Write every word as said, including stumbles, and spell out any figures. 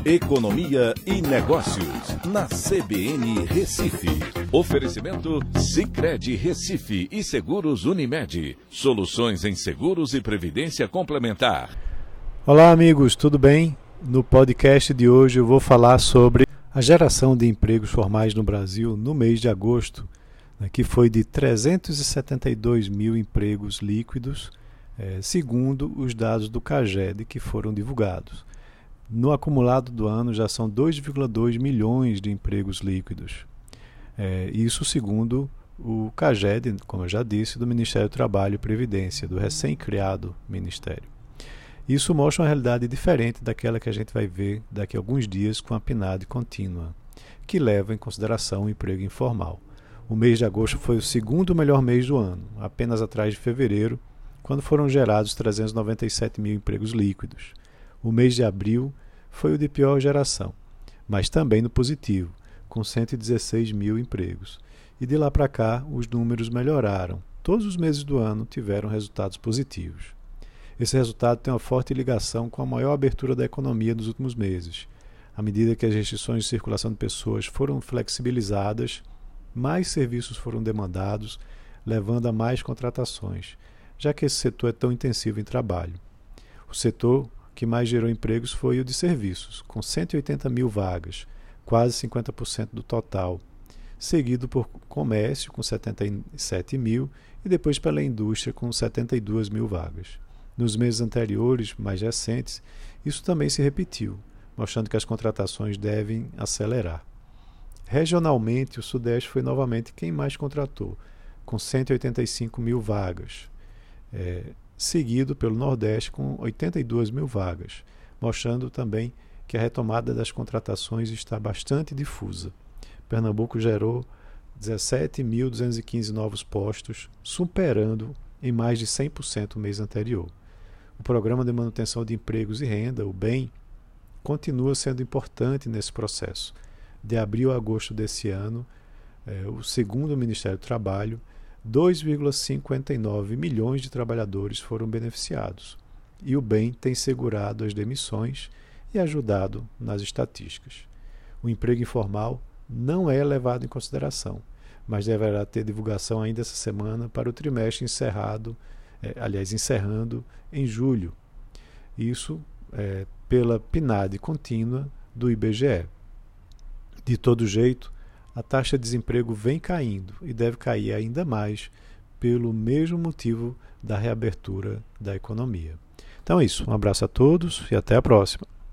Economia e Negócios, na C B N Recife. Oferecimento Sicredi Recife e Seguros Unimed. Soluções em seguros e previdência complementar. Olá amigos, tudo bem? No podcast de hoje eu vou falar sobre a geração de empregos formais no Brasil no mês de agosto, né, que foi de trezentos e setenta e dois mil empregos líquidos, eh, segundo os dados do CAGED que foram divulgados. No acumulado do ano já são dois vírgula dois milhões de empregos líquidos. É, isso segundo o CAGED, como eu já disse, do Ministério do Trabalho e Previdência, do recém-criado Ministério. Isso mostra uma realidade diferente daquela que a gente vai ver daqui a alguns dias com a P N A D contínua, que leva em consideração o emprego informal. O mês de agosto foi o segundo melhor mês do ano, apenas atrás de fevereiro, quando foram gerados trezentos e noventa e sete mil empregos líquidos. O mês de abril foi o de pior geração, mas também no positivo, com cento e dezesseis mil empregos. E de lá para cá, os números melhoraram. Todos os meses do ano tiveram resultados positivos. Esse resultado tem uma forte ligação com a maior abertura da economia nos últimos meses. À medida que as restrições de circulação de pessoas foram flexibilizadas, mais serviços foram demandados, levando a mais contratações, já que esse setor é tão intensivo em trabalho. O setor que mais gerou empregos foi o de serviços, com cento e oitenta mil vagas, quase cinquenta por cento do total, seguido por comércio, com setenta e sete mil, e depois pela indústria, com setenta e duas mil vagas. Nos meses anteriores, mais recentes, isso também se repetiu, mostrando que as contratações devem acelerar. Regionalmente, o Sudeste foi novamente quem mais contratou, com cento e oitenta e cinco mil vagas, é, seguido pelo Nordeste com oitenta e duas mil vagas, mostrando também que a retomada das contratações está bastante difusa. Pernambuco gerou dezessete mil duzentos e quinze novos postos, superando em mais de cem por cento o mês anterior. O Programa de Manutenção de Empregos e Renda, o B E M, continua sendo importante nesse processo. De abril a agosto desse ano, é, o segundo Ministério do Trabalho, dois vírgula cinquenta e nove milhões de trabalhadores foram beneficiados, e o B E M tem segurado as demissões e ajudado nas estatísticas. O emprego informal não é levado em consideração, mas deverá ter divulgação ainda essa semana para o trimestre encerrado, é, aliás, encerrando em julho. Isso é, pela P N A D contínua do I B G E. De todo jeito, a taxa de desemprego vem caindo e deve cair ainda mais pelo mesmo motivo da reabertura da economia. Então é isso. Um abraço a todos e até a próxima.